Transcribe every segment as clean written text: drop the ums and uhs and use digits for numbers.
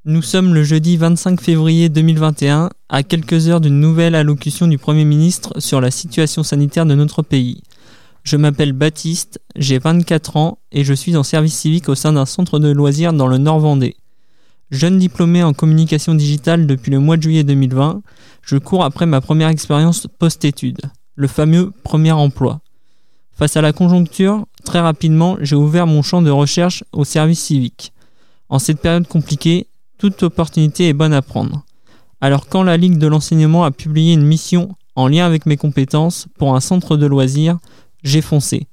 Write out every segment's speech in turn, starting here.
Nous sommes le jeudi 25 février 2021, à quelques heures d'une nouvelle allocution du Premier ministre sur la situation sanitaire de notre pays. Je m'appelle Baptiste, j'ai 24 ans et je suis en service civique au sein d'un centre de loisirs dans le Nord-Vendée. Jeune diplômé en communication digitale depuis le mois de juillet 2020, je cours après ma première expérience post-études, le fameux premier emploi. Face à la conjoncture, très rapidement, j'ai ouvert mon champ de recherche au service civique. En cette période compliquée, toute opportunité est bonne à prendre. Alors quand la Ligue de l'enseignement a publié une mission en lien avec mes compétences pour un centre de loisirs, j'ai foncé.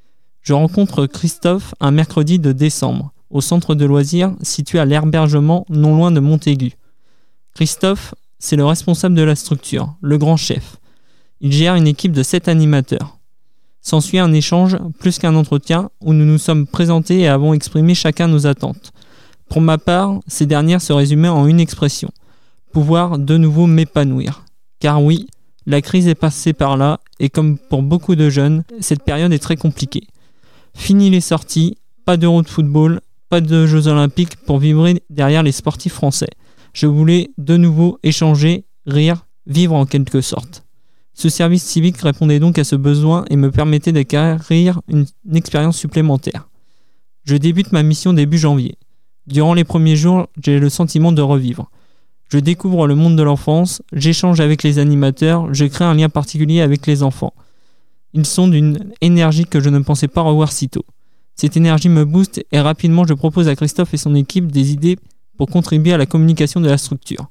Je rencontre Christophe un mercredi de décembre, au centre de loisirs situé à l'Herbergement, non loin de Montaigu. Christophe, c'est le responsable de la structure, le grand chef. Il gère une équipe de 7 animateurs. S'ensuit un échange plus qu'un entretien où nous nous sommes présentés et avons exprimé chacun nos attentes. Pour ma part, ces dernières se résumaient en une expression : pouvoir de nouveau m'épanouir. Car oui, la crise est passée par là et comme pour beaucoup de jeunes, cette période est très compliquée. Fini les sorties, pas d'Euro de football, pas de Jeux Olympiques pour vibrer derrière les sportifs français. Je voulais de nouveau échanger, rire, vivre en quelque sorte. Ce service civique répondait donc à ce besoin et me permettait d'acquérir une expérience supplémentaire. Je débute ma mission début janvier. Durant les premiers jours, j'ai le sentiment de revivre. Je découvre le monde de l'enfance, j'échange avec les animateurs, je crée un lien particulier avec les enfants. Ils sont d'une énergie que je ne pensais pas revoir si tôt. Cette énergie me booste et rapidement je propose à Christophe et son équipe des idées pour contribuer à la communication de la structure.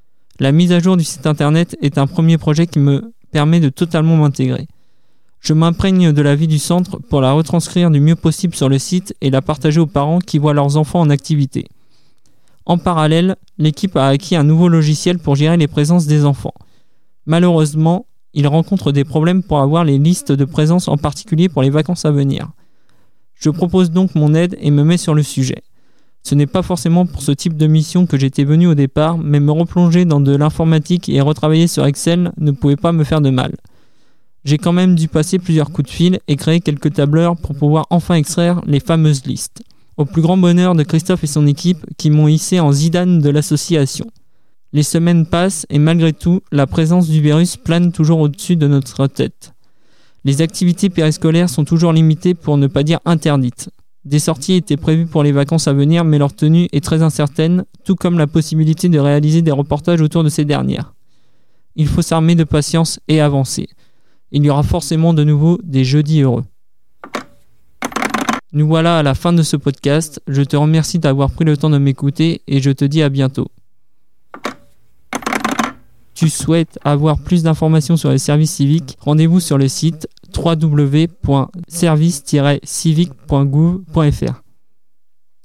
La mise à jour du site internet est un premier projet qui me permet de totalement m'intégrer. Je m'imprègne de la vie du centre pour la retranscrire du mieux possible sur le site et la partager aux parents qui voient leurs enfants en activité. En parallèle, l'équipe a acquis un nouveau logiciel pour gérer les présences des enfants. Malheureusement, il rencontre des problèmes pour avoir les listes de présence, en particulier pour les vacances à venir. Je propose donc mon aide et me mets sur le sujet. Ce n'est pas forcément pour ce type de mission que j'étais venu au départ, mais me replonger dans de l'informatique et retravailler sur Excel ne pouvait pas me faire de mal. J'ai quand même dû passer plusieurs coups de fil et créer quelques tableurs pour pouvoir enfin extraire les fameuses listes. Au plus grand bonheur de Christophe et son équipe qui m'ont hissé en Zidane de l'association. Les semaines passent et malgré tout, la présence du virus plane toujours au-dessus de notre tête. Les activités périscolaires sont toujours limitées pour ne pas dire interdites. Des sorties étaient prévues pour les vacances à venir mais leur tenue est très incertaine, tout comme la possibilité de réaliser des reportages autour de ces dernières. Il faut s'armer de patience et avancer. Il y aura forcément de nouveau des jeudis heureux. Nous voilà à la fin de ce podcast. Je te remercie d'avoir pris le temps de m'écouter et je te dis à bientôt. Tu souhaites avoir plus d'informations sur les services civiques ? Rendez-vous sur le site www.service-civique.gouv.fr.